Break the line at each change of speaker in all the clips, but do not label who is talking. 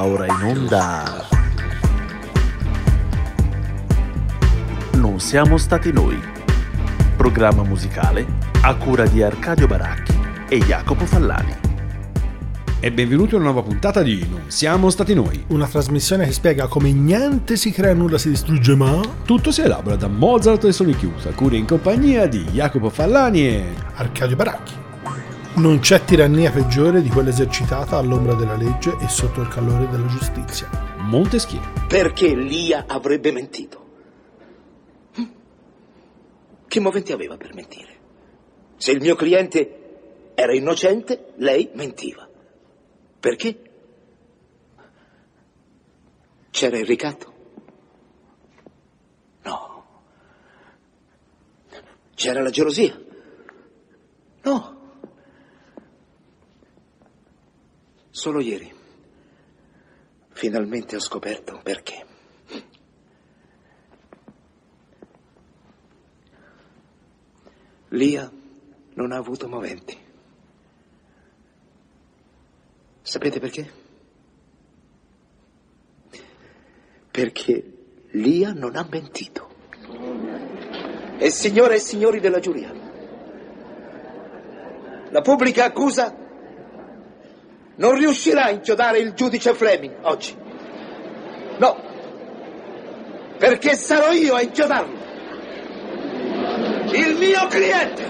ora in onda Non siamo stati noi, programma musicale a cura di Arcadio Baracchi e Jacopo Fallani.
E benvenuti a una nuova puntata di Non siamo stati noi,
una trasmissione che spiega come niente si crea, nulla si distrugge, ma
tutto si elabora da Mozart e Sony Chiusa, cura in compagnia di Jacopo Fallani e
Arcadio Baracchi. Non c'è tirannia peggiore di quella esercitata all'ombra della legge e sotto il calore della giustizia.
Montesquieu.
Perché Lia avrebbe mentito? Che moventi aveva per mentire? Se il mio cliente era innocente, lei mentiva. Perché? C'era il ricatto? No. C'era la gelosia? No. Solo ieri, finalmente ho scoperto perché. Lia non ha avuto moventi. Sapete perché? Perché Lia non ha mentito. E signore e signori della giuria, la pubblica accusa non riuscirà a inchiodare il giudice Fleming oggi. No, perché sarò io a inchiodarlo. Il mio cliente,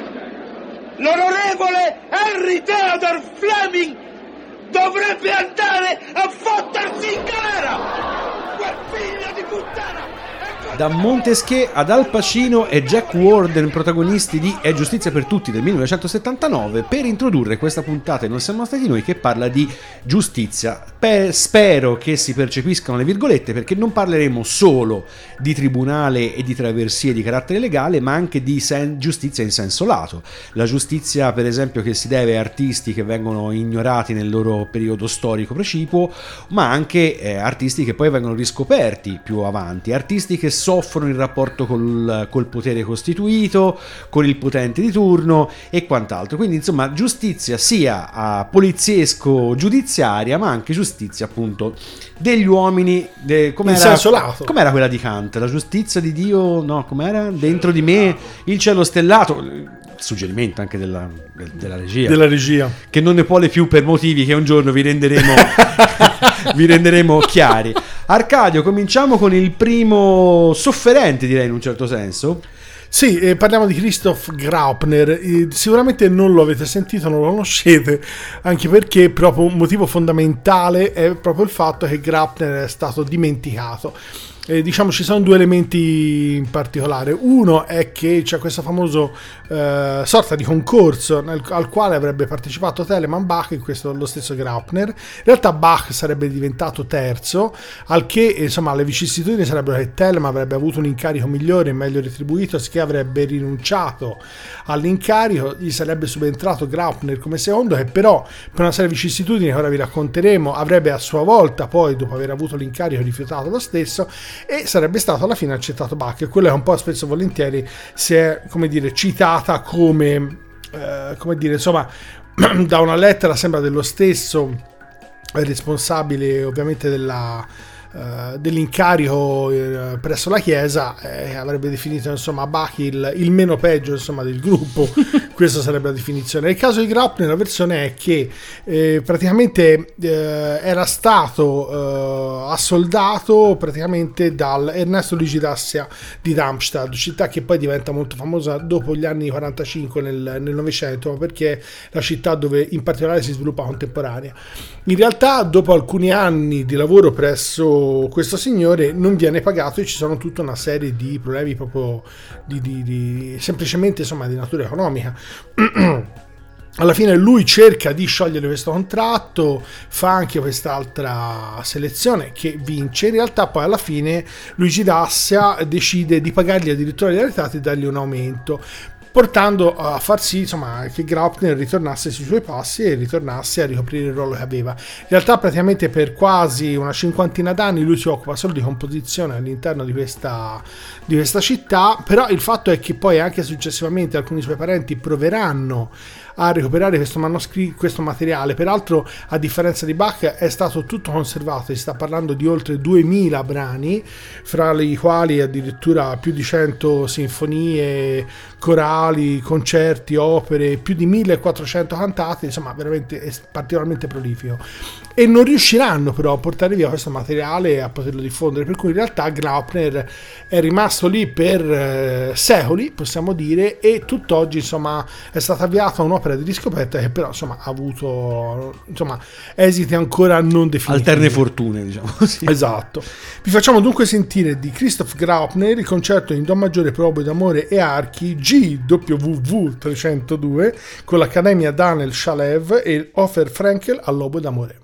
l'onorevole Henry Theodore Fleming, dovrebbe andare a fottersi in galera! Quel figlio di puttana!
Da Montesquieu ad Al Pacino e Jack Warden, protagonisti di È giustizia per tutti del 1979, per introdurre questa puntata e Non siamo stati noi, che parla di giustizia. Spero che si percepiscano le virgolette, perché non parleremo solo di tribunale e di traversie di carattere legale, ma anche di giustizia in senso lato. La giustizia, per esempio, che si deve a artisti che vengono ignorati nel loro periodo storico precipuo, ma anche artisti che poi vengono riscoperti più avanti, artisti che soffrono il rapporto col potere costituito, con il potente di turno e quant'altro. Quindi insomma giustizia sia poliziesco giudiziaria, ma anche giustizia appunto degli uomini, com'era quella di Kant, la giustizia di Dio, no, com'era? Dentro di me il cielo stellato, suggerimento anche della regia, che non ne vuole più per motivi che un giorno vi renderemo chiari. Arcadio, cominciamo con il primo sofferente, direi, in un certo senso.
Sì, parliamo di Christoph Graupner. Sicuramente non lo avete sentito, non lo conoscete, anche perché proprio un motivo fondamentale è proprio il fatto che Graupner è stato dimenticato. Diciamo ci sono due elementi in particolare. Uno è che c'è questo famoso sorta di concorso al quale avrebbe partecipato Telemann, Bach e questo lo stesso Graupner. In realtà Bach sarebbe diventato terzo, al che insomma le vicissitudini sarebbero che Telemann avrebbe avuto un incarico migliore e meglio retribuito, che avrebbe rinunciato all'incarico, gli sarebbe subentrato Graupner come secondo, che però per una serie di vicissitudini che ora vi racconteremo avrebbe a sua volta poi, dopo aver avuto l'incarico, rifiutato lo stesso e sarebbe stato alla fine accettato Bach, e quello è un po' spesso e volentieri si è, come dire, citata come dire, insomma, da una lettera sembra dello stesso responsabile ovviamente dell'incarico presso la Chiesa, avrebbe definito insomma Bach il meno peggio insomma del gruppo. Questa sarebbe la definizione. Nel caso di Graupner la versione è che praticamente era stato assoldato praticamente dal Ernesto Luigi Dassia di Darmstadt, città che poi diventa molto famosa dopo gli anni 45 nel Novecento, perché è la città dove in particolare si sviluppa contemporanea. In realtà dopo alcuni anni di lavoro presso questo signore non viene pagato e ci sono tutta una serie di problemi proprio di semplicemente insomma di natura economica. Alla fine lui cerca di sciogliere questo contratto, fa anche quest'altra selezione che vince. In realtà poi alla fine Luigi Dassia decide di pagargli addirittura gli arretrati e dargli un aumento, portando a far sì insomma che Graupner ritornasse sui suoi passi e ritornasse a ricoprire il ruolo che aveva. In realtà praticamente per quasi una cinquantina d'anni lui si occupa solo di composizione all'interno di questa città, però il fatto è che poi anche successivamente alcuni suoi parenti proveranno a recuperare questo materiale. Peraltro, a differenza di Bach, è stato tutto conservato, si sta parlando di oltre 2000 brani, fra i quali addirittura più di 100 sinfonie, corali, concerti, opere, più di 1400 cantate, insomma veramente è particolarmente prolifico. E non riusciranno però a portare via questo materiale e a poterlo diffondere, per cui in realtà Graupner è rimasto lì per secoli, possiamo dire, e tutt'oggi insomma è stata avviata un'opera di riscoperta che però insomma ha avuto esiti ancora non definiti.
Alterne fortune, diciamo così.
Esatto. Vi facciamo dunque sentire di Christoph Graupner il concerto in Do maggiore per oboe d'amore e archi GWV 302 con l'Accademia Daniel Shalev e Ofer Frenkel all'oboe d'amore.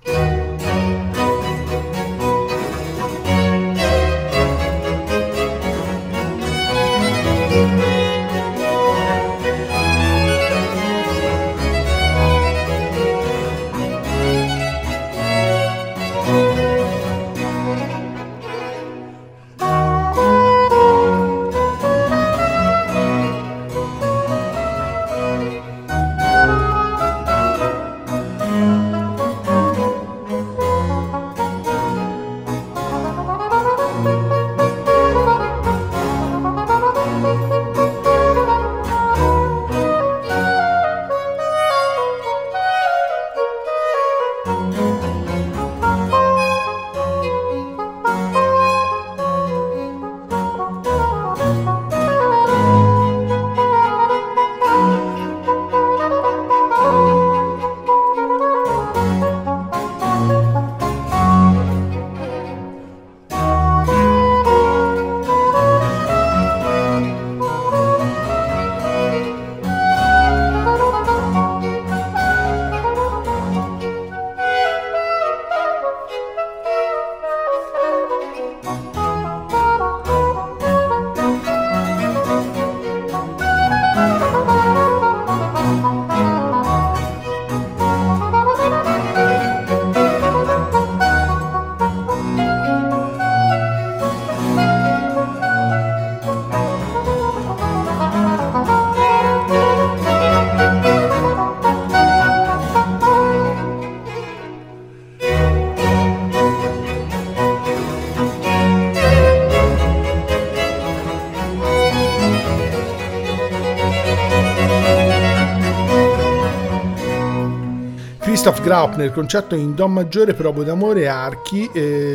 Christoph Graupner, concerto in Do maggiore per oboe d'amore e archi,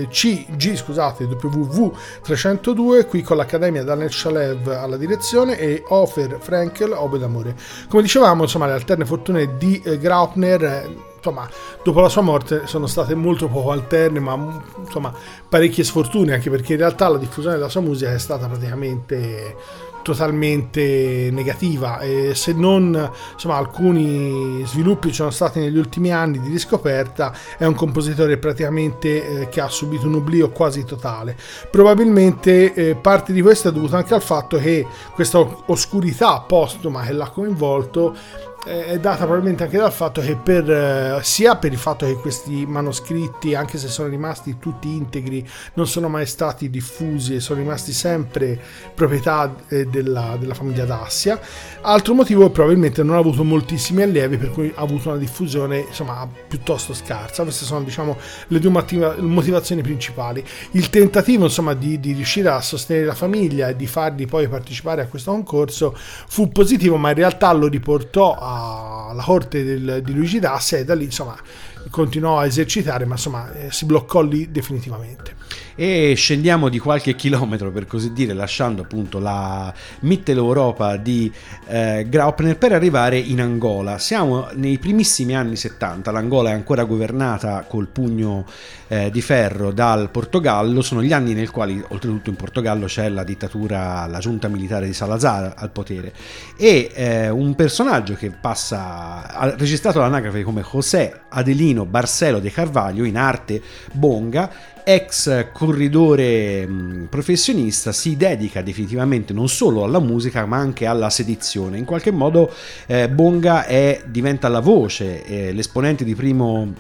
WV 302, qui con l'Accademia Daniel Shalev alla direzione e Ofer Frenkel oboe d'amore. Come dicevamo, insomma, le alterne fortune di Graupner, insomma, dopo la sua morte sono state molto poco alterne, ma insomma parecchie sfortune, anche perché in realtà la diffusione della sua musica è stata praticamente totalmente negativa, e se non insomma alcuni sviluppi ci sono stati negli ultimi anni di riscoperta, è un compositore praticamente che ha subito un oblio quasi totale. Probabilmente parte di questo è dovuto anche al fatto che questa oscurità postuma che l'ha coinvolto è data probabilmente anche dal fatto che sia per il fatto che questi manoscritti, anche se sono rimasti tutti integri, non sono mai stati diffusi e sono rimasti sempre proprietà della famiglia Dassia. Altro motivo, probabilmente non ha avuto moltissimi allievi, per cui ha avuto una diffusione insomma piuttosto scarsa. Queste sono, diciamo, le due motivazioni principali. Il tentativo insomma di riuscire a sostenere la famiglia e di farli poi partecipare a questo concorso fu positivo, ma in realtà lo riportò alla corte di Luigi Dassia, e da lì insomma continuò a esercitare, ma insomma si bloccò lì definitivamente.
E scendiamo di qualche chilometro, per così dire, lasciando appunto la Mitteleuropa di Graupner per arrivare in Angola. Siamo nei primissimi anni 70, l'Angola è ancora governata col pugno di ferro dal Portogallo. Sono gli anni nel quali oltretutto in Portogallo c'è la dittatura, la giunta militare di Salazar al potere, e un personaggio che ha registrato l'anagrafe come José Adelino Barcelo de Carvalho, in arte Bonga, ex corridore professionista, si dedica definitivamente non solo alla musica ma anche alla sedizione. In qualche modo Bonga diventa la voce, l'esponente di primo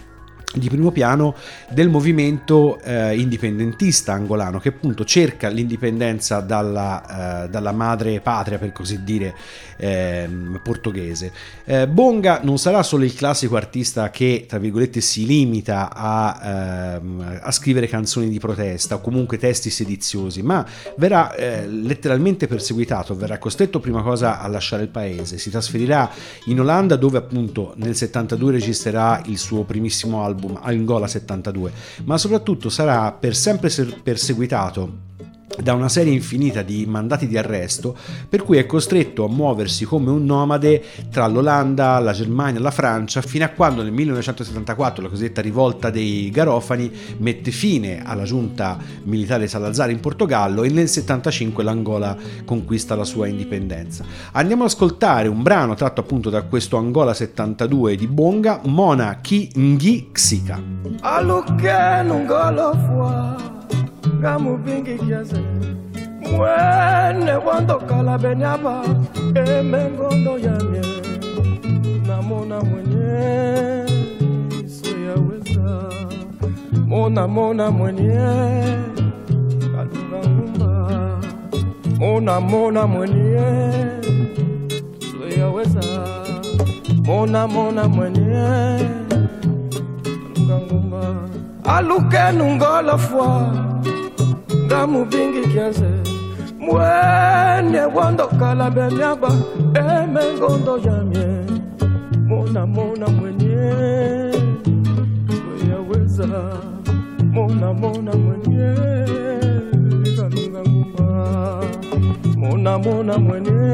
di primo piano del movimento indipendentista angolano, che appunto cerca l'indipendenza dalla madre patria, per così dire, portoghese. Bonga non sarà solo il classico artista che, tra virgolette, si limita a scrivere canzoni di protesta o comunque testi sediziosi, ma verrà letteralmente perseguitato, verrà costretto prima cosa a lasciare il paese, si trasferirà in Olanda, dove appunto nel 72 registrerà il suo primissimo album Angola 72, ma soprattutto sarà per sempre perseguitato da una serie infinita di mandati di arresto, per cui è costretto a muoversi come un nomade tra l'Olanda, la Germania, la Francia, fino a quando nel 1974 la cosiddetta rivolta dei Garofani mette fine alla giunta militare Salazar in Portogallo, e nel 75 l'Angola conquista la sua indipendenza. Andiamo ad ascoltare un brano tratto appunto da questo Angola 72 di Bonga, Mona Ki Ngi Xika.
Gamu bingi kiase mwene wando kala benyaba emengondo yamye namona mwenye soya weza mona mwenye kalungamba mona mwenye soya weza mona mwenye kalungamba aluke nungola fwa Gamu bingi kiase mwene wando kala benyaba emengondo yamye mona mwenye weyaweza mona mwenye kalunga ngumba mona mwenye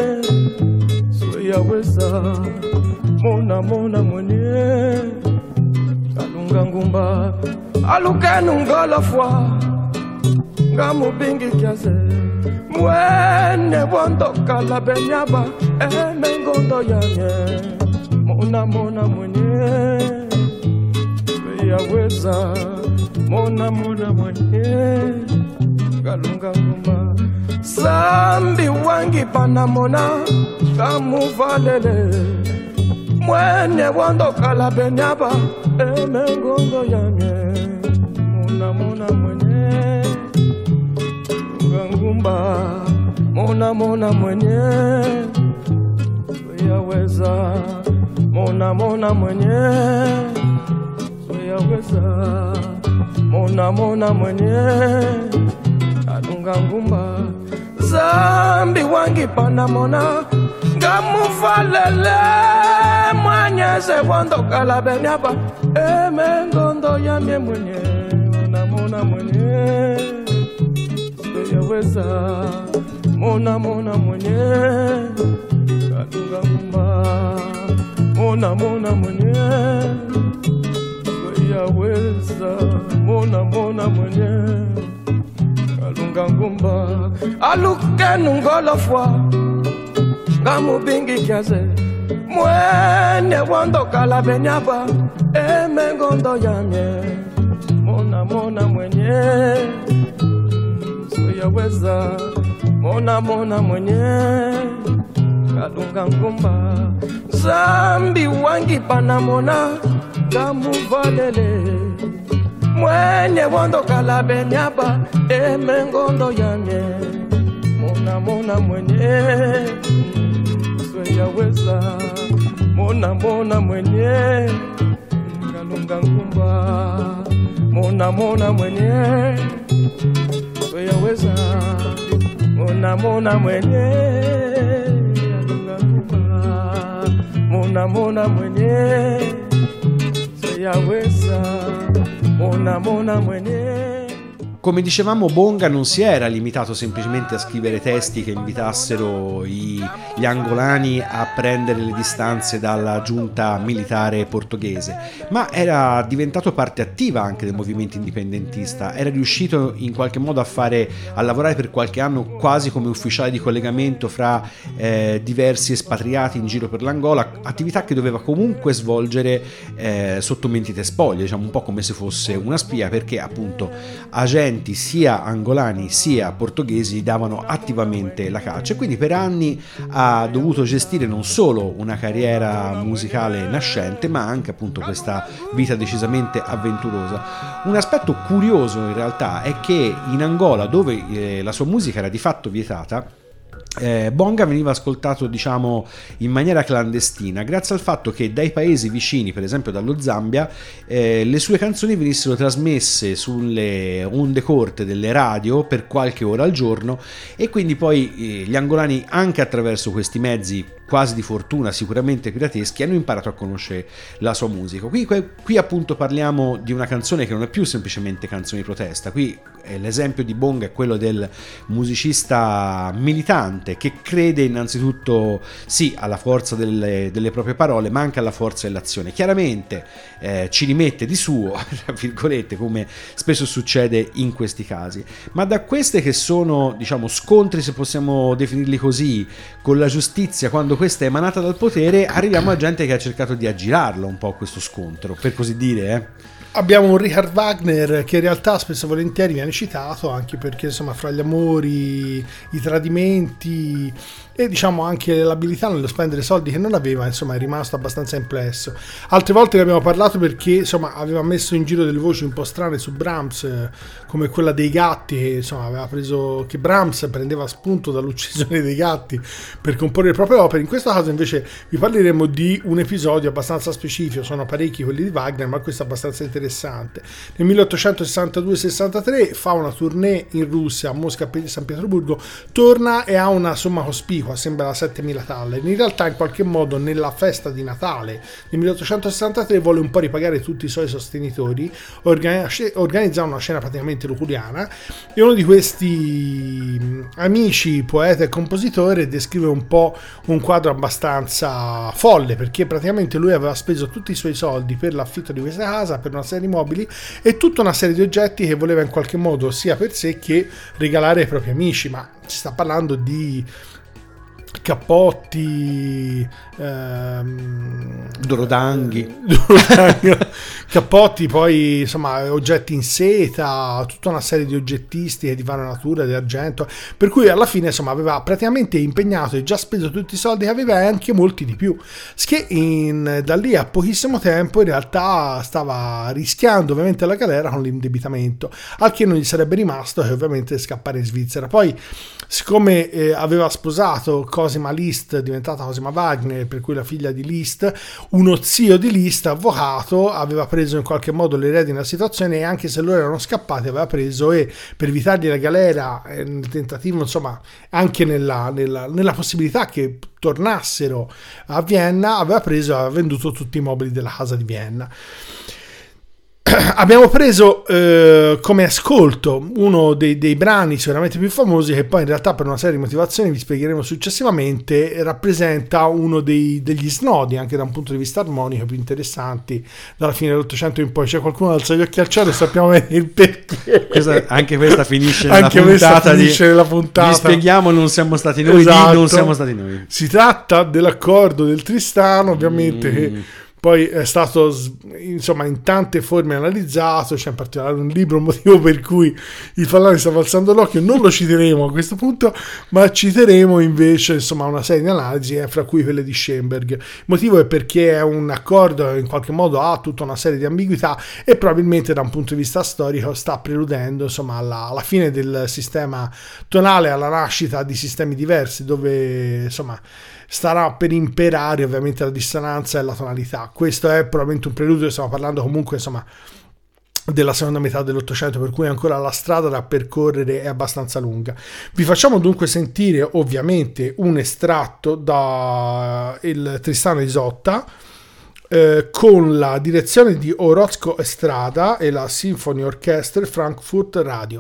weyaweza mona mwenye kalunga ngumba alukenu ngolo fwa Gamu bingi kiase mwene wando kala benyaba emengondo yanye mona mwenye weyaweza mona mwenye kalunga ngumba sambi wangi panamona kamuvalele mwene wando kala benyaba emengondo yanye mona mwenye ngumba mona mwenye weyaweza mona mwenye weyaweza mona mwenye adunga ngumba zambi wangi panamona ngamufalele mwanyeze wando kala benyaba emengondo yamye mwenye mona mwenye weyaweza mona mwenye kalunga ngumba mona mwenye weyaweza mona mwenye kalunga ngumba alukenu ngolofwa ngamu bingi kiase mwene wando kala benyaba emengondo yamye mona mwenye weyaweza mona mwenye kalunga ngumba zambi wangi panamona kamuvalele mwenye wando kala benyaba emengondo yamye mona mwenye weyaweza mona mwenye kalunga ngumba mona mwenye weyaweza mona mwenye kalunga ngumba mona mwenye weyaweza mona mwenye.
Come dicevamo, Bonga non si era limitato semplicemente a scrivere testi che invitassero gli angolani a prendere le distanze dalla giunta militare portoghese, ma era diventato parte attiva anche del movimento indipendentista. Era riuscito in qualche modo a lavorare per qualche anno quasi come ufficiale di collegamento fra diversi espatriati in giro per l'Angola, attività che doveva comunque svolgere sotto mentite spoglie, diciamo un po' come se fosse una spia, perché appunto agenti agenti sia angolani sia portoghesi davano attivamente la caccia, e quindi per anni ha dovuto gestire non solo una carriera musicale nascente, ma anche appunto questa vita decisamente avventurosa. Un aspetto curioso in realtà è che in Angola, dove la sua musica era di fatto vietata, Bonga veniva ascoltato, diciamo, in maniera clandestina, grazie al fatto che dai paesi vicini, per esempio dallo Zambia, le sue canzoni venissero trasmesse sulle onde corte delle radio per qualche ora al giorno, e quindi poi gli angolani, anche attraverso questi mezzi quasi di fortuna, sicuramente pirateschi, hanno imparato a conoscere la sua musica. Qui appunto parliamo di una canzone che non è più semplicemente canzone di protesta. Qui l'esempio di Bonga è quello del musicista militante che crede innanzitutto sì alla forza delle proprie parole, ma anche alla forza dell'azione. Chiaramente ci rimette di suo, tra virgolette, come spesso succede in questi casi, ma da queste che sono, diciamo, scontri, se possiamo definirli così, con la giustizia, quando questa è emanata dal potere, arriviamo a gente che ha cercato di aggirarlo un po' questo scontro, per così dire.
Abbiamo un Richard Wagner che in realtà spesso e volentieri viene citato, anche perché insomma fra gli amori, i tradimenti e diciamo anche l'abilità nello spendere soldi che non aveva, insomma è rimasto abbastanza implesso. Altre volte ne abbiamo parlato perché insomma aveva messo in giro delle voci un po' strane su Brahms, come quella dei gatti, che insomma aveva preso, che Brahms prendeva spunto dall'uccisione dei gatti per comporre le proprie opere. In questo caso invece vi parleremo di un episodio abbastanza specifico, sono parecchi quelli di Wagner, ma questo è abbastanza interessante. Nel 1862-63 fa una tournée in Russia, a Mosca e San Pietroburgo, torna e ha una somma cospicua, sembra 7.000 thaler. In realtà in qualche modo nella festa di Natale nel 1863 vuole un po' ripagare tutti i suoi sostenitori, organizza una scena praticamente lucuriana, e uno di questi amici, poeta e compositore, descrive un po' un quadro abbastanza folle, perché praticamente lui aveva speso tutti i suoi soldi per l'affitto di questa casa, per una serie di mobili e tutta una serie di oggetti che voleva in qualche modo sia per sé che regalare ai propri amici, ma si sta parlando di cappotti,
Dorodanghi,
cappotti, poi insomma oggetti in seta, tutta una serie di oggettistiche di varia natura, di argento, per cui alla fine insomma aveva praticamente impegnato e già speso tutti i soldi che aveva e anche molti di più, che da lì a pochissimo tempo in realtà stava rischiando ovviamente la galera con l'indebitamento, al che non gli sarebbe rimasto che ovviamente scappare in Svizzera. Poi siccome aveva sposato Cosima Liszt, diventata Cosima Wagner, per cui la figlia di Liszt, uno zio di Liszt, avvocato, aveva preso in qualche modo le redini della situazione, e anche se loro erano scappati aveva preso, e per evitargli la galera, nel tentativo insomma anche nella possibilità che tornassero a Vienna, aveva venduto tutti i mobili della casa di Vienna. Abbiamo preso come ascolto uno dei brani sicuramente più famosi, che poi in realtà per una serie di motivazioni vi spiegheremo successivamente rappresenta uno degli snodi anche da un punto di vista armonico più interessanti dalla fine dell'Ottocento in poi. C'è qualcuno alza gli occhi al cielo e sappiamo bene il perché.
Anche questa finisce
nella puntata.
Vi spieghiamo, non siamo stati noi,
esatto.
Non siamo stati noi.
Si tratta dell'accordo del Tristano, ovviamente, che poi è stato insomma in tante forme analizzato. C'è in particolare un libro, un motivo per cui il Fallani sta alzando l'occhio, non lo citeremo a questo punto, ma citeremo invece insomma una serie di analisi, fra cui quelle di Schoenberg. Il motivo è perché è un accordo che in qualche modo ha tutta una serie di ambiguità e probabilmente da un punto di vista storico sta preludendo insomma alla fine del sistema tonale, alla nascita di sistemi diversi, dove insomma starà per imperare ovviamente la dissonanza e la tonalità. Questo è probabilmente un preludio, stiamo parlando comunque insomma della seconda metà dell'Ottocento, per cui ancora la strada da percorrere è abbastanza lunga. Vi facciamo dunque sentire ovviamente un estratto da il Tristano Isotta, con la direzione di Orozco Estrada e la Symphony Orchestra Frankfurt Radio.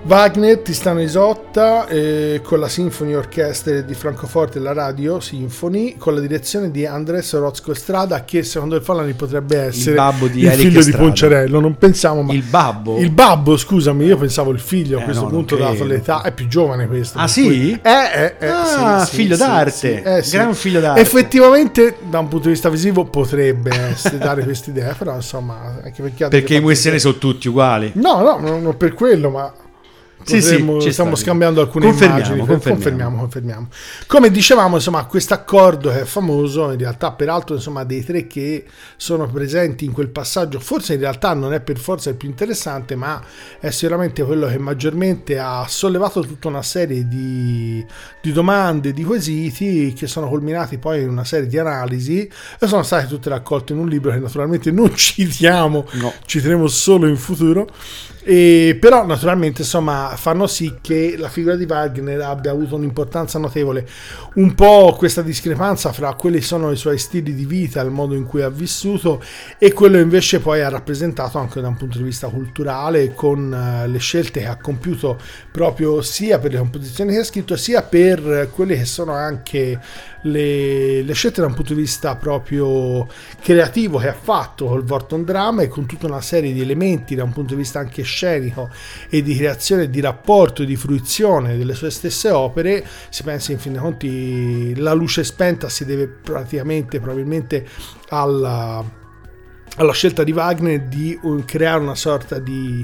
Wagner, Tristano Isotta, con la Symphony Orchestra di Francoforte e la Radio Symphony, con la direzione di Andrés Orozco Estrada, che secondo il Falani potrebbe essere
il babbo di
il
Eric
figlio
Estrada.
di Poncerello. Non pensiamo, ma
Il babbo?
Scusami, io pensavo il figlio a questo
no,
punto,
non
dato
credo.
l'età. È più giovane questo.
Ah,
per
sì?
cui- sì,
figlio
sì,
d'arte.
sì.
Gran figlio d'arte.
Effettivamente, da un punto di vista visivo, potrebbe essere dare questa idea, però insomma, anche
Perché i muessiani sono tutti uguali.
No, non per quello, ma
Sì,
potremmo-
ci
stiamo
sta.
scambiando alcune immagini. Confermiamo. Come dicevamo, insomma, questo accordo che è famoso, in realtà, peraltro, insomma, dei tre che sono presenti in quel passaggio, forse in realtà non è per forza il più interessante, ma è sicuramente quello che maggiormente ha sollevato tutta una serie di domande, di quesiti, che sono culminati poi in una serie di analisi e sono state tutte raccolte in un libro che naturalmente non citiamo,
No.
citeremo solo in futuro. Però naturalmente, insomma, fanno sì che la figura di Wagner abbia avuto un'importanza notevole. Un po' questa discrepanza fra quelli che sono i suoi stili di vita, il modo in cui ha vissuto, e quello invece poi ha rappresentato anche da un punto di vista culturale, con le scelte che ha compiuto proprio sia per le composizioni che ha scritto, sia per quelle che sono anche le scelte da un punto di vista proprio creativo che ha fatto col Vorton Drama, e con tutta una serie di elementi da un punto di vista anche scenico e di creazione, di rapporto e di fruizione delle sue stesse opere. Si pensa, in fin dei conti, La luce spenta si deve probabilmente alla scelta di Wagner di creare una sorta di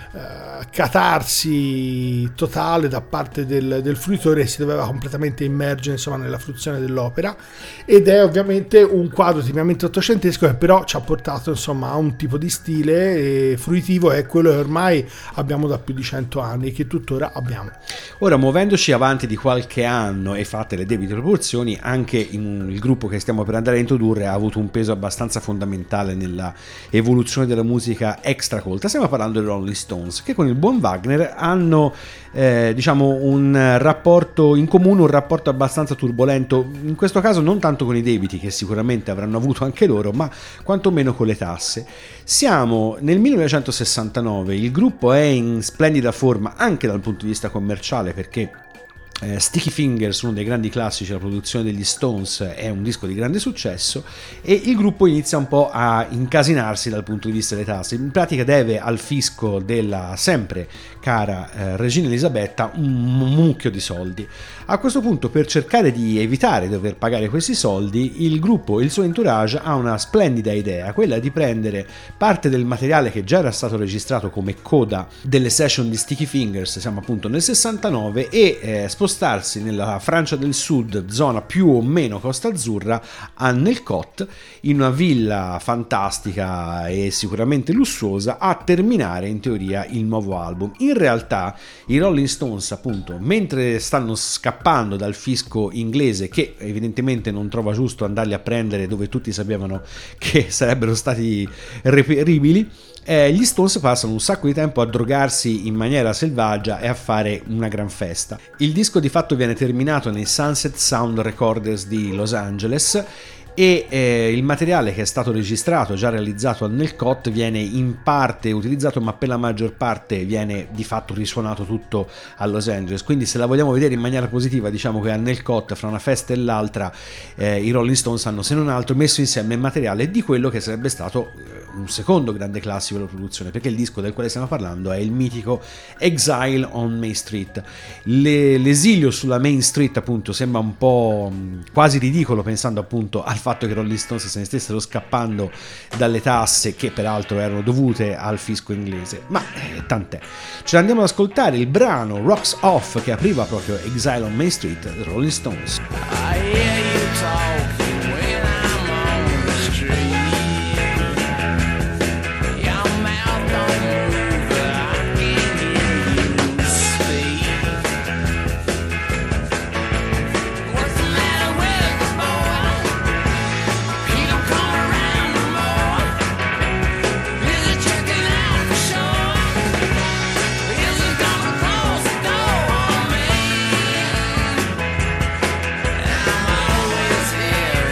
catarsi totale da parte del fruitore, che si doveva completamente immergere, insomma, nella fruizione dell'opera, ed è ovviamente un quadro tipicamente ottocentesco, che però ci ha portato, insomma, a un tipo di stile fruitivo che è quello che ormai abbiamo da più di 100 anni, che tuttora abbiamo.
Ora, muovendoci avanti di qualche anno e fatte le debite proporzioni, anche il gruppo che stiamo per andare a introdurre ha avuto un peso abbastanza fondamentale nella evoluzione della musica extracolta. Stiamo parlando dei Rolling Stones, che con il buon Wagner hanno diciamo un rapporto in comune, un rapporto abbastanza turbolento, in questo caso non tanto con i debiti, che sicuramente avranno avuto anche loro, ma quantomeno con le tasse. Siamo nel 1969, il gruppo è in splendida forma anche dal punto di vista commerciale, perché Sticky Fingers, uno dei grandi classici della produzione degli Stones, è un disco di grande successo, e il gruppo inizia un po' a incasinarsi dal punto di vista delle tasse. In pratica deve al fisco della sempre cara regina Elisabetta un mucchio di soldi. A questo punto, per cercare di evitare di dover pagare questi soldi, il gruppo e il suo entourage ha una splendida idea, quella di prendere parte del materiale che già era stato registrato come coda delle session di Sticky Fingers, siamo appunto nel 69, e spostarsi nella Francia del Sud, zona più o meno Costa Azzurra, a Nelcot, in una villa fantastica e sicuramente lussuosa, a terminare in teoria il nuovo album. In realtà i Rolling Stones, appunto, mentre stanno scappando dal fisco inglese, che evidentemente non trova giusto andarli a prendere dove tutti sapevano che sarebbero stati reperibili, gli Stones passano un sacco di tempo a drogarsi in maniera selvaggia e a fare una gran festa. Il disco di fatto viene terminato nei Sunset Sound Recorders di Los Angeles, e il materiale che è stato registrato, già realizzato a Nelcot, viene in parte utilizzato, ma per la maggior parte viene di fatto risuonato tutto a Los Angeles. Quindi, se la vogliamo vedere in maniera positiva, diciamo che a Nelcot, fra una festa e l'altra, i Rolling Stones hanno, se non altro, messo insieme il materiale di quello che sarebbe stato un secondo grande classico della produzione, perché il disco del quale stiamo parlando è il mitico Exile on Main Street. L'esilio sulla Main Street, appunto, sembra un po' quasi ridicolo, pensando appunto al fatto che i Rolling Stones se ne stessero scappando dalle tasse, che peraltro erano dovute al fisco inglese, ma tant'è. Ce l'andiamo ad ascoltare, il brano Rocks Off, che apriva proprio Exile on Main Street, The Rolling Stones.
I hear you talking when I'm on the street. Your mouth don't move, but I can hear you speak. What's the matter with the boy? He don't come around no more. Is he checking out for sure? Is he gonna close the door on me? I'm always here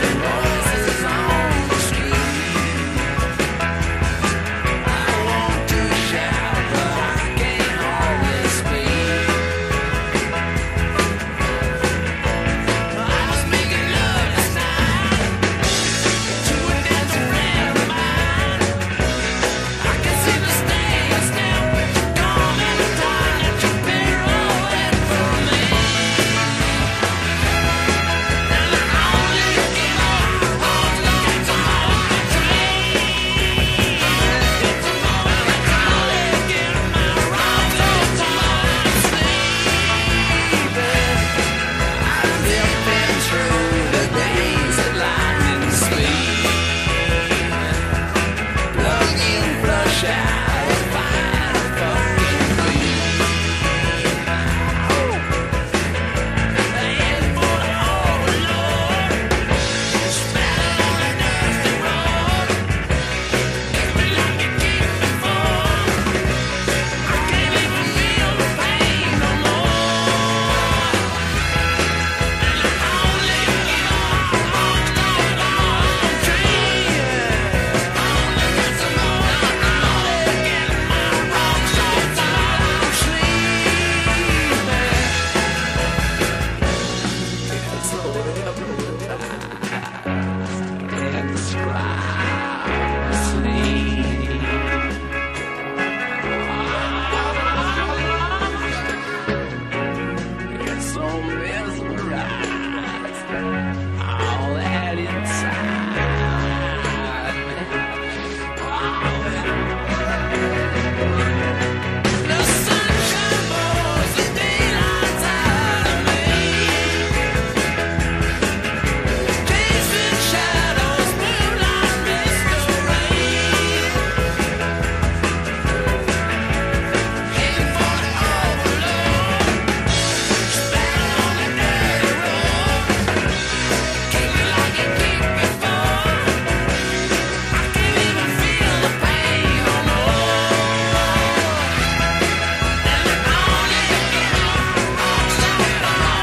all that inside me. The sunshine pours the daylight out of me. Chasing shadows, moonlight, mist, or rain. Heading for the overload. Splatter on the dirty road. Kick me like you kicked before. I can't even feel the pain no more. And I only get lost on the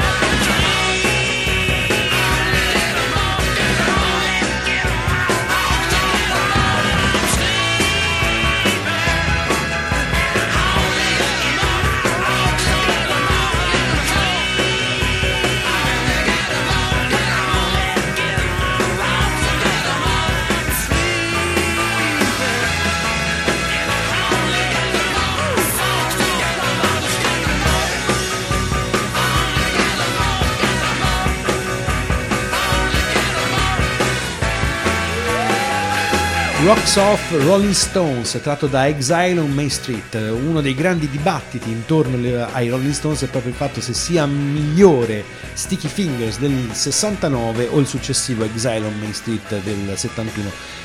Rocks Off Rolling Stones, tratto da Exile on Main Street. Uno dei grandi dibattiti intorno ai Rolling Stones è proprio il fatto se sia migliore Sticky Fingers del 69 o il successivo Exile on Main Street del 71.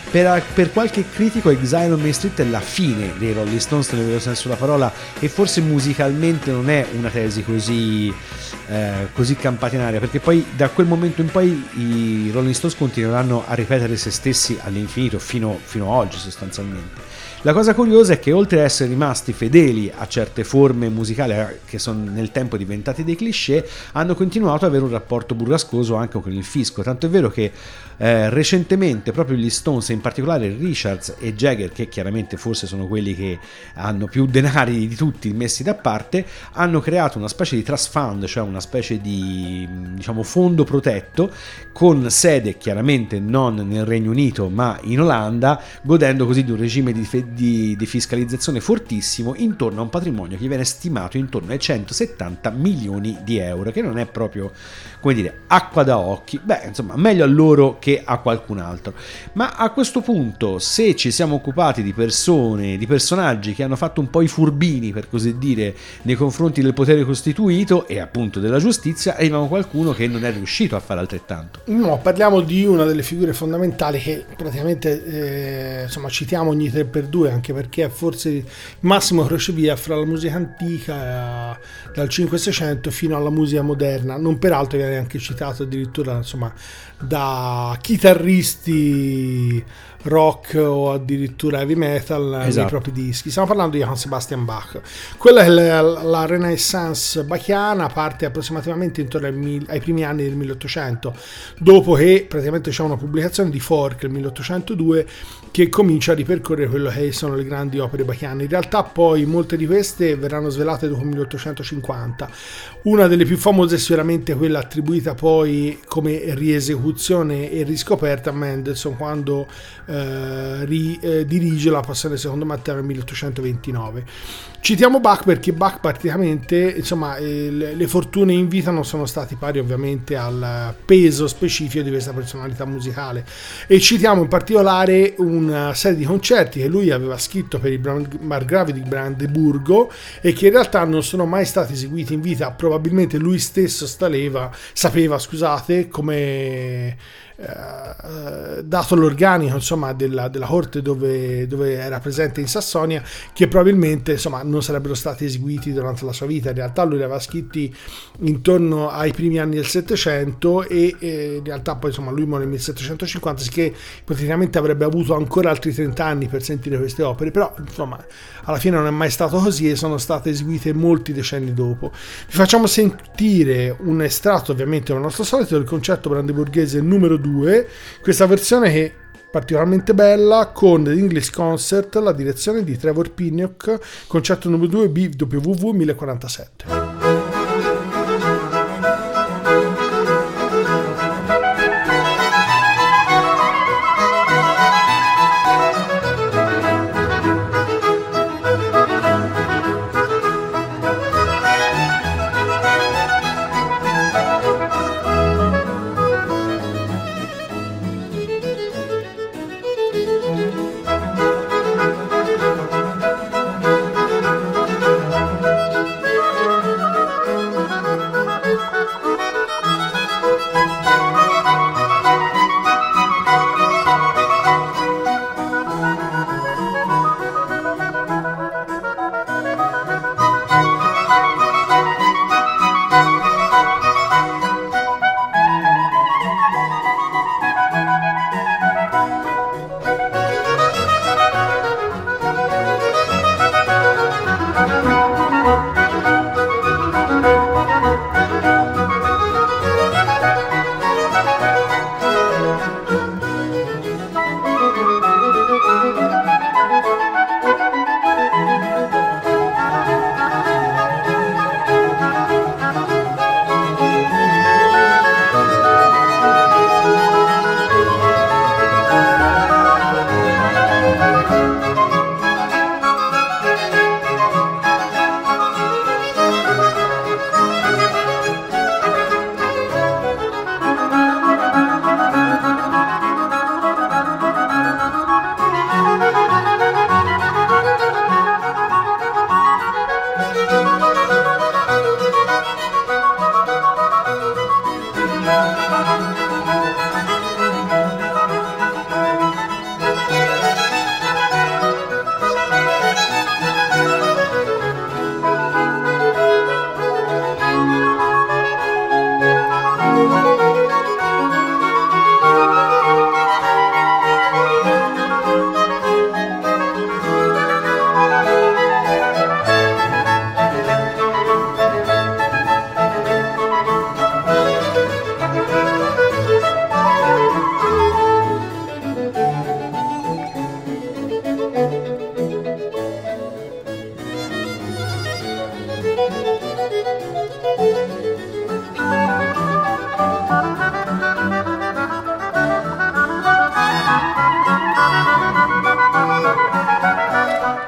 Per qualche critico Exile on Main Street è la fine dei Rolling Stones nel vero senso della parola, e forse musicalmente non è una tesi così campata in aria, perché poi da quel momento in poi i Rolling Stones continueranno a ripetere se stessi all'infinito fino a oggi sostanzialmente. La cosa curiosa è che oltre ad essere rimasti fedeli a certe forme musicali che sono nel tempo diventate dei cliché, hanno continuato ad avere un rapporto burrascoso anche con il fisco, tanto è vero che recentemente proprio gli Stones, in particolare Richards e Jagger, che chiaramente forse sono quelli che hanno più denari di tutti messi da parte, hanno creato una specie di trust fund, cioè una specie di fondo protetto con sede chiaramente non nel Regno Unito ma in Olanda, godendo così di un regime di fiscalizzazione fortissimo intorno a un patrimonio che viene stimato intorno ai 170 milioni di euro, che non è proprio, come dire, acqua da occhi. Beh, insomma, meglio a loro che a qualcun altro. Ma a questo punto, se ci siamo occupati di persone, di personaggi che hanno fatto un po' i furbini, per così dire, nei confronti del potere costituito e appunto della giustizia, arriviamo qualcuno che non è riuscito a fare altrettanto.
No, parliamo di una delle figure fondamentali che praticamente citiamo ogni 3x2, anche perché è forse il massimo crocevia fra la musica antica dal 500-600 fino alla musica moderna. Non peraltro viene anche citato addirittura da chitarristi rock o addirittura heavy metal nei propri dischi. Stiamo parlando di Johann Sebastian Bach. Quella è la Renaissance bachiana, parte approssimativamente intorno ai primi anni del 1800, dopo che praticamente c'è una pubblicazione di Fork nel 1802 che comincia a ripercorrere quello che sono le grandi opere bachiane. In realtà poi molte di queste verranno svelate dopo il 1850. Una delle più famose è sicuramente quella attribuita poi come riesecuzione e riscoperta a Mendelssohn quando dirige la Passione secondo Matteo nel 1829. Citiamo Bach perché Bach praticamente, le fortune in vita non sono stati pari ovviamente al peso specifico di questa personalità musicale, e citiamo in particolare una serie di concerti che lui aveva scritto per i margravi di Brandeburgo e che in realtà non sono mai stati eseguiti in vita. Probabilmente lui stesso sapeva come dato l'organico della corte dove era presente in Sassonia, che probabilmente non sarebbero stati eseguiti durante la sua vita. In realtà lui li aveva scritti intorno ai primi anni del Settecento e in realtà poi lui muore nel 1750, che praticamente avrebbe avuto ancora altri 30 anni per sentire queste opere, però alla fine non è mai stato così e sono state eseguite molti decenni dopo. Vi facciamo sentire un estratto ovviamente al nostro solito del concerto brandeburghese numero 2, questa versione che è particolarmente bella con The English Concert, la direzione di Trevor Pinnock, concerto numero 2 BWV 1047.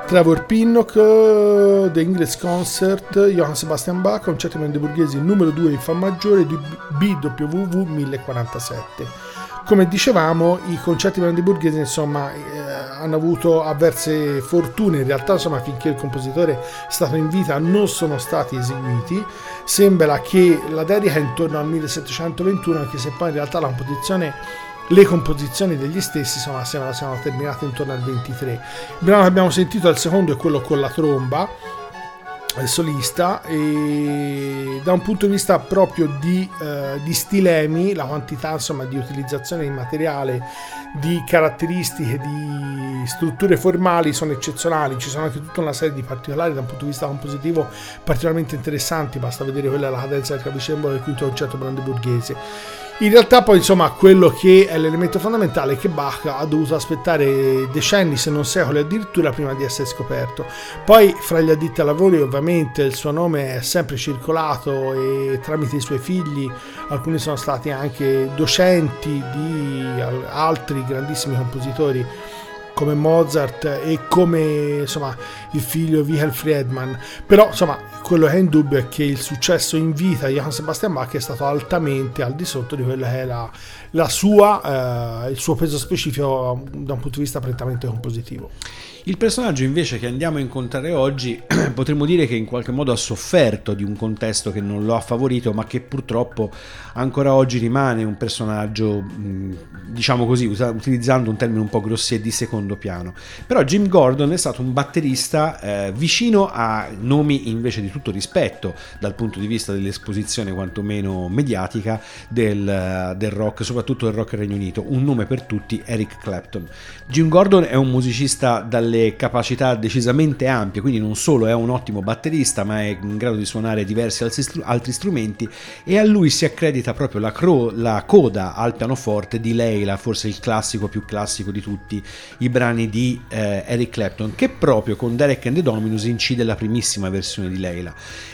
Trevor Pinnock, The English Concert, Johann Sebastian Bach, Concerti Brandeburghesi numero 2 in Fa maggiore di BWV 1047. Come dicevamo, i concerti brandeburghesi insomma hanno avuto avverse fortune, in realtà insomma finché il compositore è stato in vita non sono stati eseguiti. Sembra che la dedica è intorno al 1721, anche se poi in realtà le composizioni degli stessi siano terminate intorno al 23. Il brano che abbiamo sentito, il secondo, è quello con la tromba, il solista, e da un punto di vista proprio di stilemi, la quantità insomma di utilizzazione di materiale, di caratteristiche, di strutture formali sono eccezionali. Ci sono anche tutta una serie di particolari da un punto di vista compositivo particolarmente interessanti, basta vedere quella la cadenza del clavicembalo del quinto concerto brandeburghese. In realtà poi insomma quello che è l'elemento fondamentale è che Bach ha dovuto aspettare decenni, se non secoli addirittura, prima di essere scoperto. Poi fra gli addetti ai lavori ovviamente il suo nome è sempre circolato, e tramite i suoi figli alcuni sono stati anche docenti di altri grandissimi compositori come Mozart e come insomma il figlio Wilhelm Friedman. Però insomma quello che è indubbio è che il successo in vita di Johann Sebastian Bach è stato altamente al di sotto di quella che è il suo peso specifico da un punto di vista prettamente compositivo.
Il personaggio invece che andiamo a incontrare oggi potremmo dire che in qualche modo ha sofferto di un contesto che non lo ha favorito, ma che purtroppo ancora oggi rimane un personaggio, diciamo così, utilizzando un termine un po' grossi, di secondo piano. Però Jim Gordon è stato un batterista vicino a nomi invece di tutto rispetto dal punto di vista dell'esposizione quantomeno mediatica del rock, soprattutto del rock Regno Unito. Un nome per tutti, Eric Clapton. Jim Gordon è un musicista dalle capacità decisamente ampie, quindi non solo è un ottimo batterista, ma è in grado di suonare diversi altri strumenti, e a lui si accredita proprio la coda al pianoforte di Leila, forse il classico più classico di tutti i brani di Eric Clapton, che proprio con Derek and the Dominos incide la primissima versione di Leila.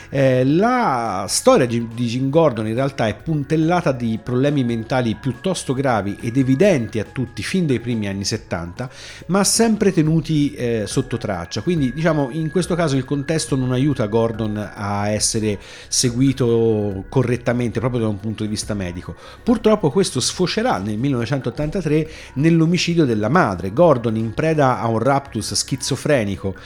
La storia di Jim Gordon in realtà è puntellata di problemi mentali piuttosto gravi ed evidenti a tutti fin dai primi anni 70, ma sempre tenuti sotto traccia. Quindi diciamo in questo caso il contesto non aiuta Gordon a essere seguito correttamente proprio da un punto di vista medico. Purtroppo questo sfocerà nel 1983 nell'omicidio della madre. Gordon, in preda a un raptus schizofrenico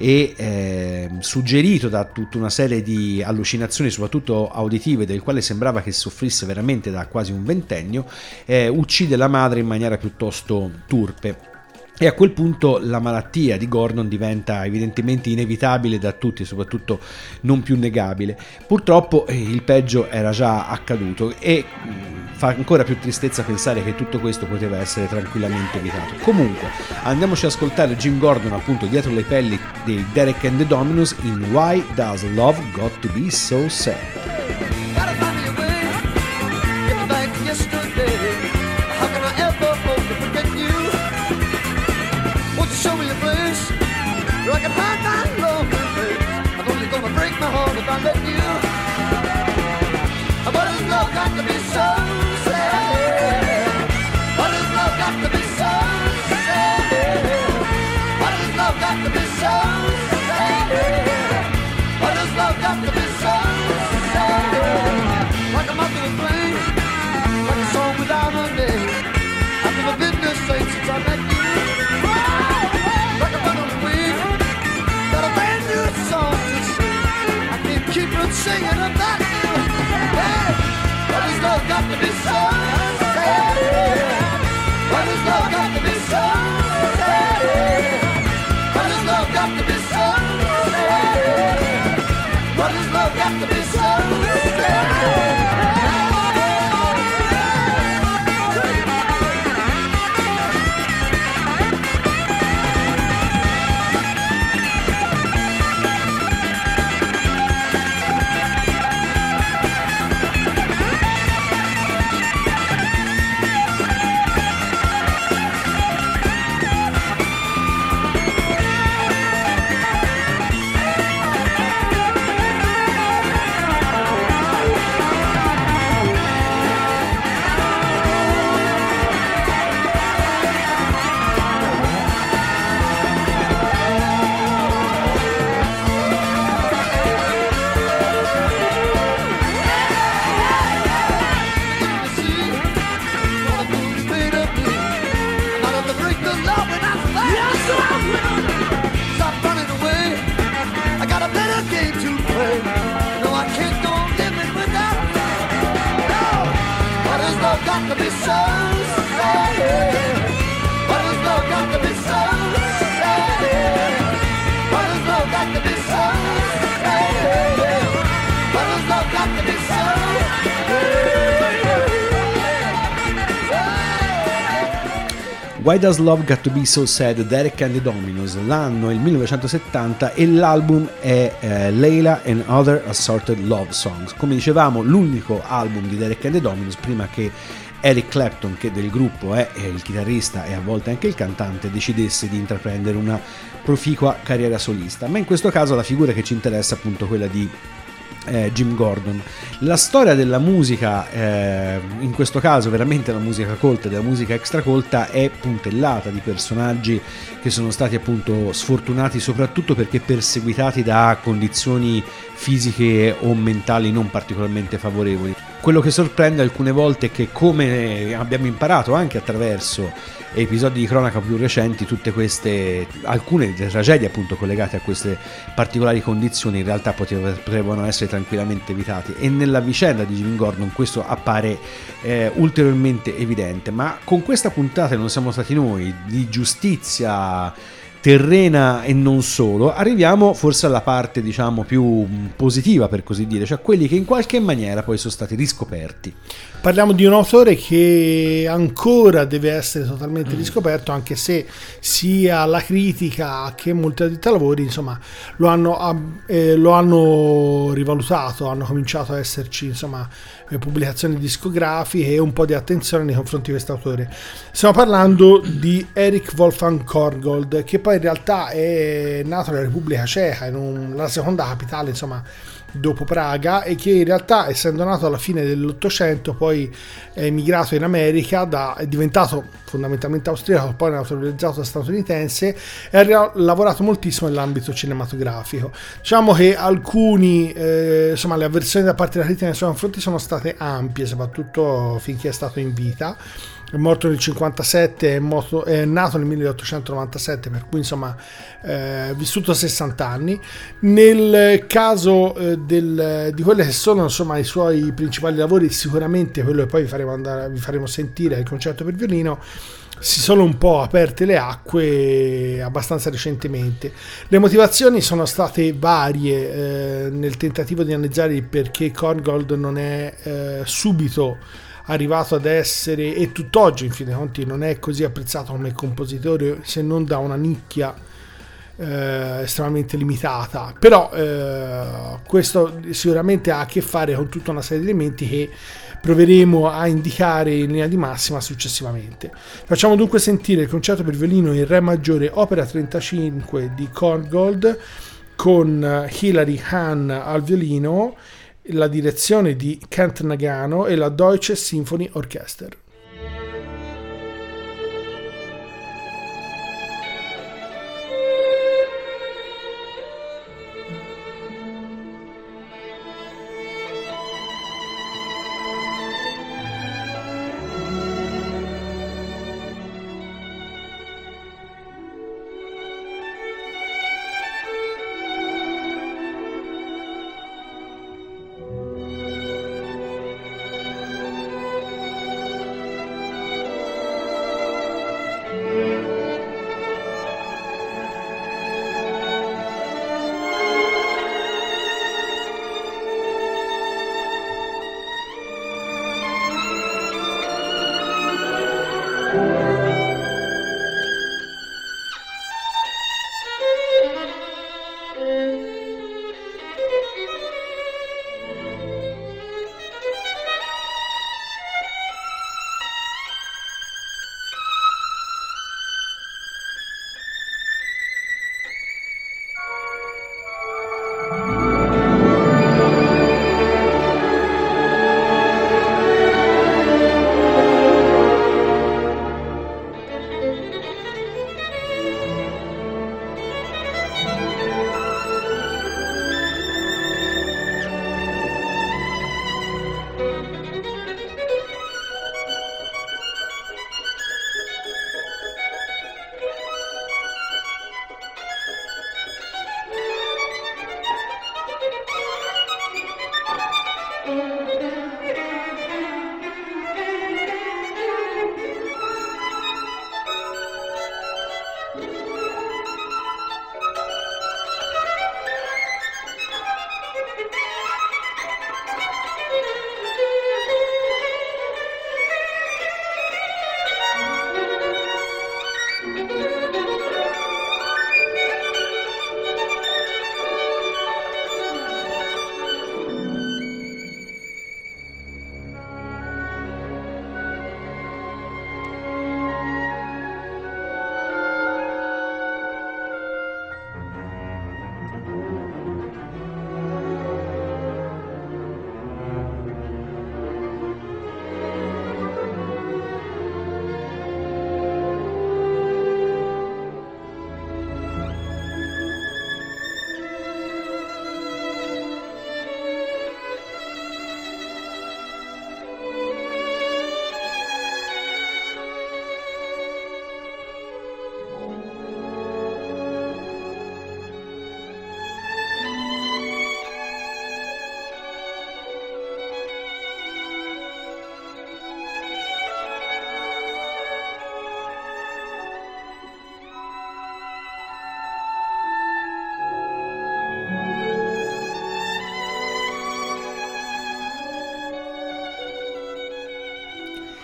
e suggerito da tutta una serie di allucinazioni soprattutto auditive, del quale sembrava che soffrisse veramente da quasi un ventennio, uccide la madre in maniera piuttosto turpe. E a quel punto la malattia di Gordon diventa evidentemente inevitabile da tutti, soprattutto non più negabile. Purtroppo il peggio era già accaduto, e fa ancora più tristezza pensare che tutto questo poteva essere tranquillamente evitato. Comunque andiamoci ad ascoltare Jim Gordon appunto dietro le pelli dei Derek and the Dominos in Why Does Love Got to Be So Sad?
I can find my love I'm only gonna break my heart if I let you. What does love got to be so sad? What does love got to be so sad? What does love got to be so sad? What does love got to be so sad? Like a moth to a flame, like a song without a love got to be so sad? What has love got to be so sad? What has love got to be so sad? What has love got to be so
Why Does Love Got to Be So Sad? Derek and the Dominos. L'anno è il 1970 e l'album è Layla and Other Assorted Love Songs. Come dicevamo, l'unico album di Derek and the Dominos prima che Eric Clapton, che del gruppo è il chitarrista e a volte anche il cantante, decidesse di intraprendere una proficua carriera solista. Ma in questo caso la figura che ci interessa è appunto quella di Jim Gordon. La storia della musica, in questo caso veramente la musica colta e della musica extracolta, è puntellata di personaggi che sono stati appunto sfortunati soprattutto perché perseguitati da condizioni fisiche o mentali non particolarmente favorevoli. Quello che sorprende alcune volte è che, come abbiamo imparato anche attraverso episodi di cronaca più recenti, tutte queste, alcune tragedie appunto collegate a queste particolari condizioni in realtà potevano essere tranquillamente evitati, e nella vicenda di Jim Gordon questo appare ulteriormente evidente. Ma con questa puntata Non siamo stati noi, di giustizia terrena e non solo, arriviamo forse alla parte diciamo più positiva, per così dire, cioè quelli che in qualche maniera poi sono stati riscoperti.
Parliamo di un autore che ancora deve essere totalmente riscoperto, anche se sia la critica che molti addetti ai lavori insomma lo hanno rivalutato, hanno cominciato a esserci insomma pubblicazioni discografiche e un po' di attenzione nei confronti di questo autore. Stiamo parlando di Erich Wolfgang Korngold, che poi in realtà è nato nella Repubblica Ceca, la seconda capitale insomma dopo Praga, e che in realtà, essendo nato alla fine dell'Ottocento, poi è emigrato in America, è diventato fondamentalmente austriaco, poi naturalizzato statunitense, e ha lavorato moltissimo nell'ambito cinematografico. Diciamo che alcuni insomma le avversioni da parte della critica nei suoi confronti sono state ampie, soprattutto finché è stato in vita. È morto nel 57, è nato nel 1897, per cui insomma vissuto 60 anni. Nel caso di quelle che sono insomma i suoi principali lavori, sicuramente quello che poi vi faremo sentire, il concerto per violino, si sono un po' aperte le acque abbastanza recentemente. Le motivazioni sono state varie nel tentativo di analizzare il perché Korngold non è subito arrivato ad essere, e tutt'oggi in fin dei conti non è così apprezzato come compositore, se non da una nicchia estremamente limitata. Però questo sicuramente ha a che fare con tutta una serie di elementi che proveremo a indicare in linea di massima successivamente. Facciamo dunque sentire il concerto per violino in re maggiore opera 35 di Korngold, con Hilary Hahn al violino, la direzione di Kent Nagano e la Deutsche Symphony Orchester.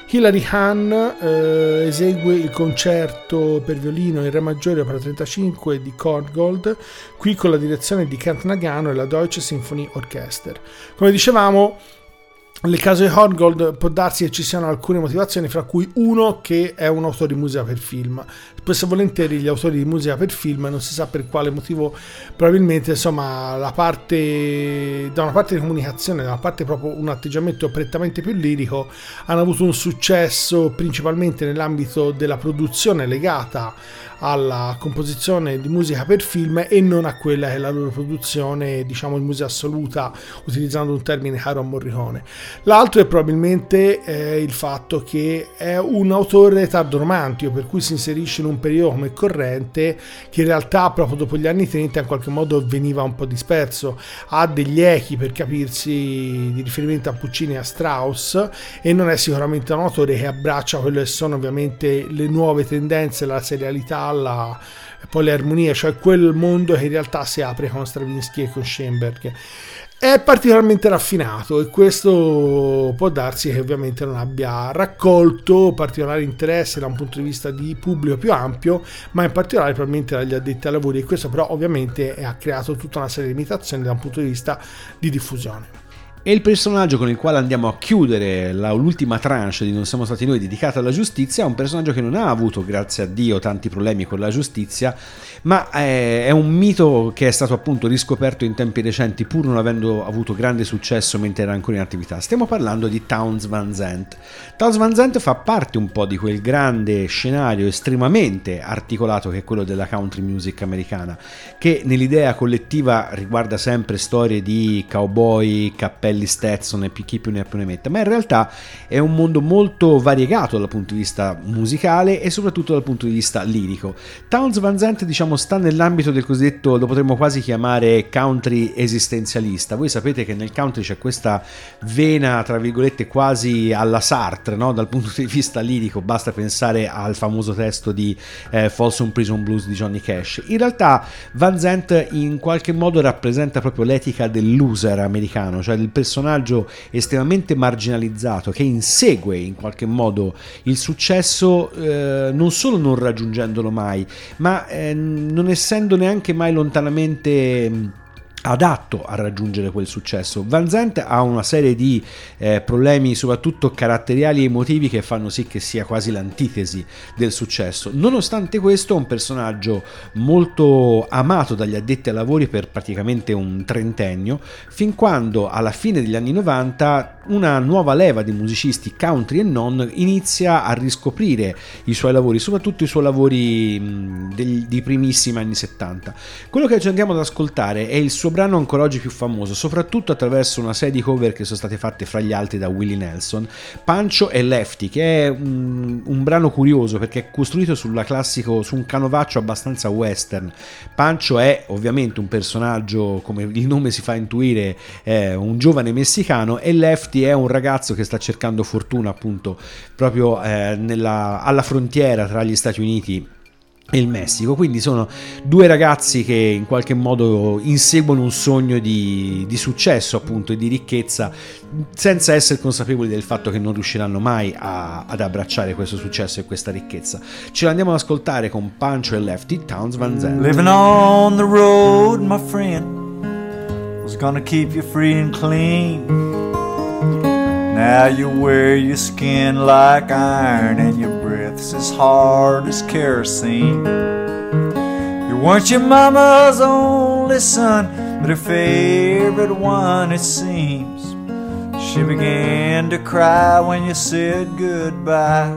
Hilary Hahn esegue il concerto per violino in re maggiore opera 35 di Korngold, qui con la direzione di Kent Nagano e la Deutsche Sinfonie Orchester. Come dicevamo, nel caso di Korngold può darsi che ci siano alcune motivazioni, fra cui uno che è un autore di musica per film. Spesso e volentieri gli autori di musica per film, non si sa per quale motivo, probabilmente insomma da una parte di comunicazione, da una parte proprio un atteggiamento prettamente più lirico, hanno avuto un successo principalmente nell'ambito della produzione legata alla composizione di musica per film e non a quella che è la loro produzione, diciamo, in musica assoluta, utilizzando un termine caro a Morricone. L'altro è probabilmente il fatto che è un autore tardoromantico, per cui si inserisce in un periodo come corrente che in realtà proprio dopo gli anni 30 in qualche modo veniva un po' disperso. Ha degli echi, per capirsi, di riferimento a Puccini e a Strauss, e non è sicuramente un autore che abbraccia quello che sono ovviamente le nuove tendenze, la serialità, poi le armonie, cioè quel mondo che in realtà si apre con Stravinsky e con Schoenberg. È particolarmente raffinato e questo può darsi che ovviamente non abbia raccolto particolare interesse da un punto di vista di pubblico più ampio, ma in particolare probabilmente dagli addetti ai lavori, e questo però ovviamente ha creato tutta una serie di limitazioni da un punto di vista di diffusione.
E il personaggio con il quale andiamo a chiudere l'ultima tranche di Non siamo stati noi dedicata alla giustizia è un personaggio che non ha avuto, grazie a Dio, tanti problemi con la giustizia, ma è un mito che è stato appunto riscoperto in tempi recenti pur non avendo avuto grande successo mentre era ancora in attività. Stiamo parlando di Townes Van Zandt. Townes Van Zandt fa parte un po' di quel grande scenario estremamente articolato che è quello della country music americana, che nell'idea collettiva riguarda sempre storie di cowboy, cappelli Stetson e chi più ne ha più ne metta, ma in realtà è un mondo molto variegato dal punto di vista musicale e soprattutto dal punto di vista lirico. Townes Van Zandt, diciamo, sta nell'ambito del cosiddetto, lo potremmo quasi chiamare country esistenzialista. Voi sapete che nel country c'è questa vena, tra virgolette, quasi alla Sartre, no? Dal punto di vista lirico, basta pensare al famoso testo di Folsom Prison Blues di Johnny Cash. In realtà Van Zandt in qualche modo rappresenta proprio l'etica del loser americano, cioè del personaggio estremamente marginalizzato che insegue in qualche modo il successo, non solo non raggiungendolo mai, ma non essendo neanche mai lontanamente adatto a raggiungere quel successo. Van Zandt ha una serie di problemi soprattutto caratteriali e emotivi che fanno sì che sia quasi l'antitesi del successo. Nonostante questo è un personaggio molto amato dagli addetti ai lavori per praticamente un trentennio, fin quando alla fine degli anni 90 una nuova leva di musicisti country e non inizia a riscoprire i suoi lavori, soprattutto i suoi lavori dei primissimi anni 70. Quello che ci andiamo ad ascoltare è il suo brano ancora oggi più famoso, soprattutto attraverso una serie di cover che sono state fatte fra gli altri da Willie Nelson, Pancho e Lefty, che è un brano curioso perché è costruito su un canovaccio abbastanza western. Pancho è ovviamente un personaggio, come il nome si fa intuire, un giovane messicano, e Lefty è un ragazzo che sta cercando fortuna appunto proprio alla frontiera tra gli Stati Uniti e il Messico. Quindi sono due ragazzi che in qualche modo inseguono un sogno di successo appunto e di ricchezza, senza essere consapevoli del fatto che non riusciranno mai ad abbracciare questo successo e questa ricchezza. Ce l'andiamo ad ascoltare con Pancho e Lefty, Townes Van Zandt.
Living on the road, my friend, was gonna keep you free and clean. Now you wear your skin like iron and your breath's as hard as kerosene. You weren't your mama's only son, but her favorite one, it seems. She began to cry when you said goodbye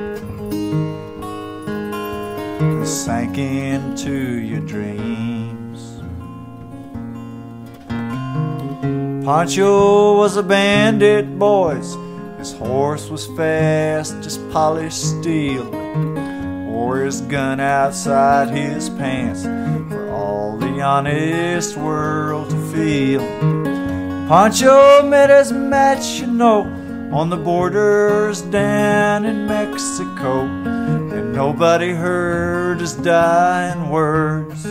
and sank into your dreams. Pancho was a bandit, boys. His horse was fast as polished steel. Wore his gun outside his pants for all the honest world to feel. Pancho met his match, you know, on the borders down in Mexico, and nobody heard his dying words.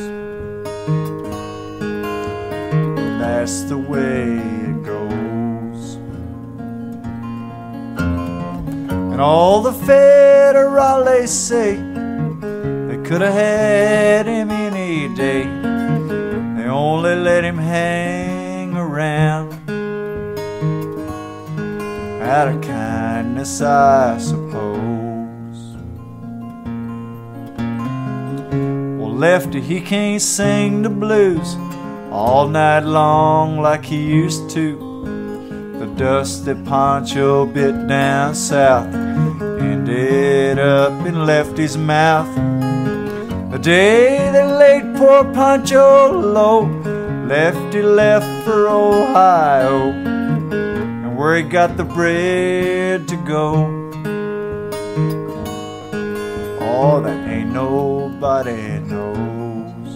That's the way it goes. And And all the federales say they could have had him any day. They only let him hang around out of kindness, I suppose. Well, Lefty, he can't sing the blues all night long like he used to. The dust that Pancho bit down south ended up in Lefty's mouth. The day they laid poor Pancho low, Lefty left for Ohio, and where he got the bread to go, oh, that ain't nobody knows.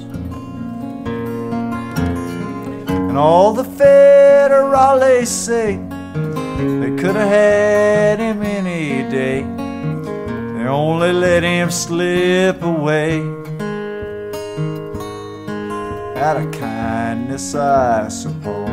And all the federales say they could have had him any day. They only let him slip away out of kindness, I suppose.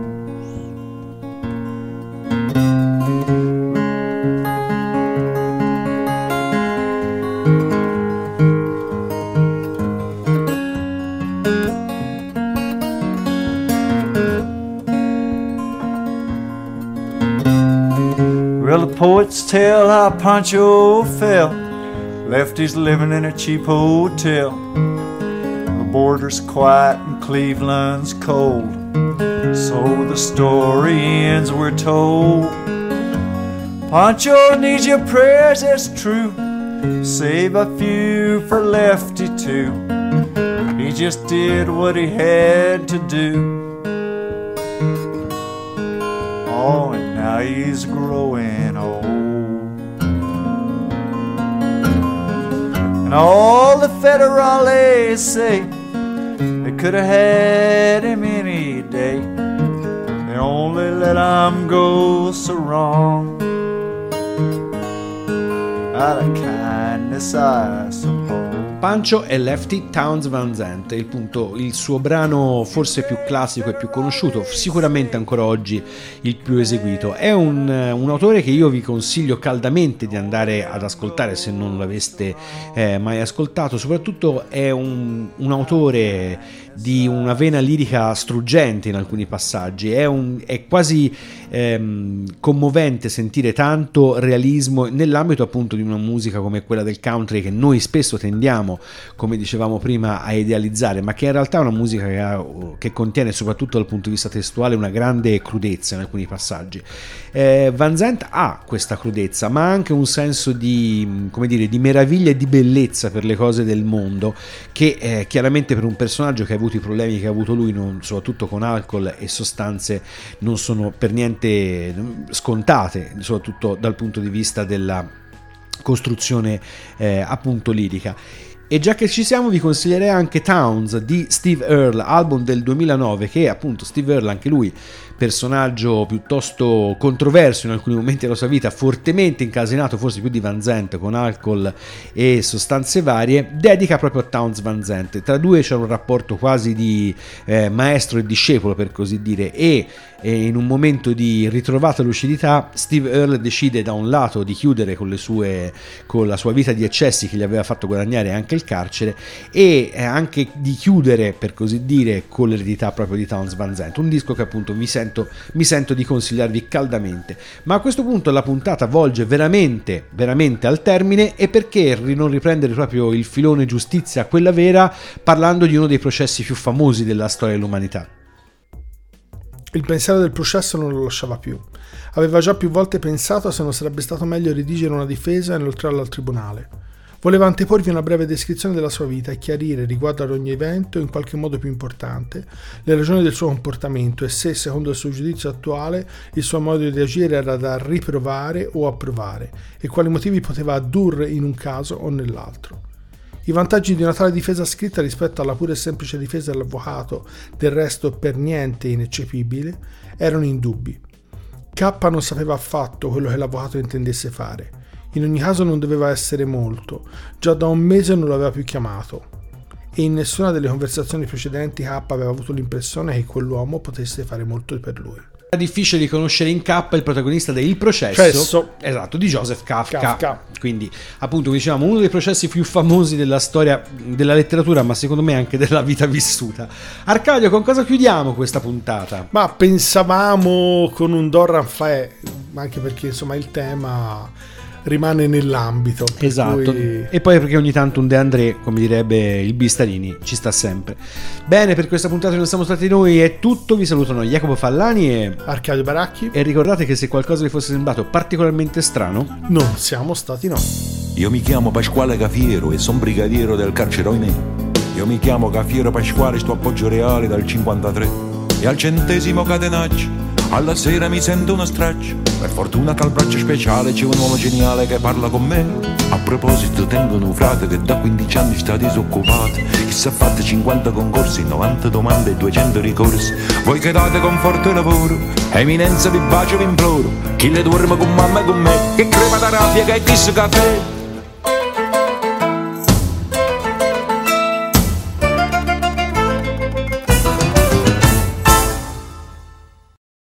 Well, the poets tell how Pancho fell. Lefty's living in a cheap hotel. The border's quiet and Cleveland's cold. So the story ends, we're told. Pancho needs your prayers, it's true. Save a few for Lefty too. He just did what he had to do. Oh, and now he's growing old. And all the federales say they could have had him any day. They only let him go so wrong out of kindness, I suppose.
Pancho e Lefty Townes Van Zandt, il suo brano forse più classico e più conosciuto, sicuramente ancora oggi il più eseguito. È un autore che io vi consiglio caldamente di andare ad ascoltare se non l'aveste mai ascoltato. Soprattutto è un autore di una vena lirica struggente in alcuni passaggi, è quasi commovente sentire tanto realismo nell'ambito appunto di una musica come quella del country che noi spesso tendiamo, come dicevamo prima, a idealizzare, ma che in realtà è una musica che contiene, soprattutto dal punto di vista testuale, una grande crudezza in alcuni passaggi. Van Zandt ha questa crudezza, ma anche un senso di, come dire, di meraviglia e di bellezza per le cose del mondo, che chiaramente per un personaggio che ha avuto i problemi che ha avuto lui, soprattutto con alcol e sostanze, non sono per niente scontate, soprattutto dal punto di vista della costruzione appunto lirica. E già che ci siamo, vi consiglierei anche Towns di Steve Earle, album del 2009, che appunto Steve Earle, anche lui personaggio piuttosto controverso in alcuni momenti della sua vita, fortemente incasinato, forse più di Van Zandt, con alcol e sostanze varie, dedica proprio a Townes Van Zandt. Tra due c'è un rapporto quasi di maestro e discepolo, per così dire, e in un momento di ritrovata lucidità Steve Earle decide da un lato di chiudere con la sua vita di eccessi che gli aveva fatto guadagnare anche il carcere, e anche di chiudere, per così dire, con l'eredità proprio di Townes Van Zandt. Un disco che appunto mi sento di consigliarvi caldamente. Ma a questo punto la puntata volge veramente al termine, e perché non riprendere proprio il filone giustizia, quella vera, parlando di uno dei processi più famosi della storia dell'umanità.
Il pensiero del processo non lo lasciava più. Aveva già più volte pensato se non sarebbe stato meglio redigere una difesa e inoltrarla al tribunale. Voleva anteporvi una breve descrizione della sua vita e chiarire, riguardo ad ogni evento in qualche modo più importante, le ragioni del suo comportamento e se, secondo il suo giudizio attuale, il suo modo di agire era da riprovare o approvare, e quali motivi poteva addurre in un caso o nell'altro. I vantaggi di una tale difesa scritta rispetto alla pura e semplice difesa dell'avvocato, del resto per niente ineccepibile, erano indubbi. K non sapeva affatto quello che l'avvocato intendesse fare. In ogni caso non doveva essere molto, già da un mese non lo aveva più chiamato, e in nessuna delle conversazioni precedenti K aveva avuto l'impressione che quell'uomo potesse fare molto per lui.
difficile riconoscere in K il protagonista del processo, esatto, di Joseph Kafka. Quindi, appunto, diciamo, uno dei processi più famosi della storia della letteratura, ma secondo me anche della vita vissuta. Arcadio, con cosa chiudiamo questa puntata?
Ma pensavamo con un Doran Fae, anche perché insomma il tema rimane nell'ambito.
Esatto.
Cui...
E poi perché ogni tanto un De André, come direbbe il Bistarini, ci sta sempre. Bene, per questa puntata non siamo stati noi, è tutto. Vi salutano Jacopo Fallani e
Arcadio Baracchi.
E ricordate che se qualcosa vi fosse sembrato particolarmente strano,
non siamo stati noi.
Io mi chiamo Pasquale Cafiero e son brigadiero del carcere Oimè. Io mi chiamo Cafiero Pasquale, sto a Poggio Reale dal 53 e al 100° catenaggio alla sera mi sento uno straccio. Per fortuna che al braccio speciale c'è un uomo geniale che parla con me. A proposito tengo un frate che da 15 anni sta disoccupato, che si è fatto 50 concorsi, 90 domande e 200 ricorsi. Voi che date conforto e lavoro, eminenza vi bacio vi imploro, chi le dorme con mamma e con me, che crema da rabbia che è chissà caffè.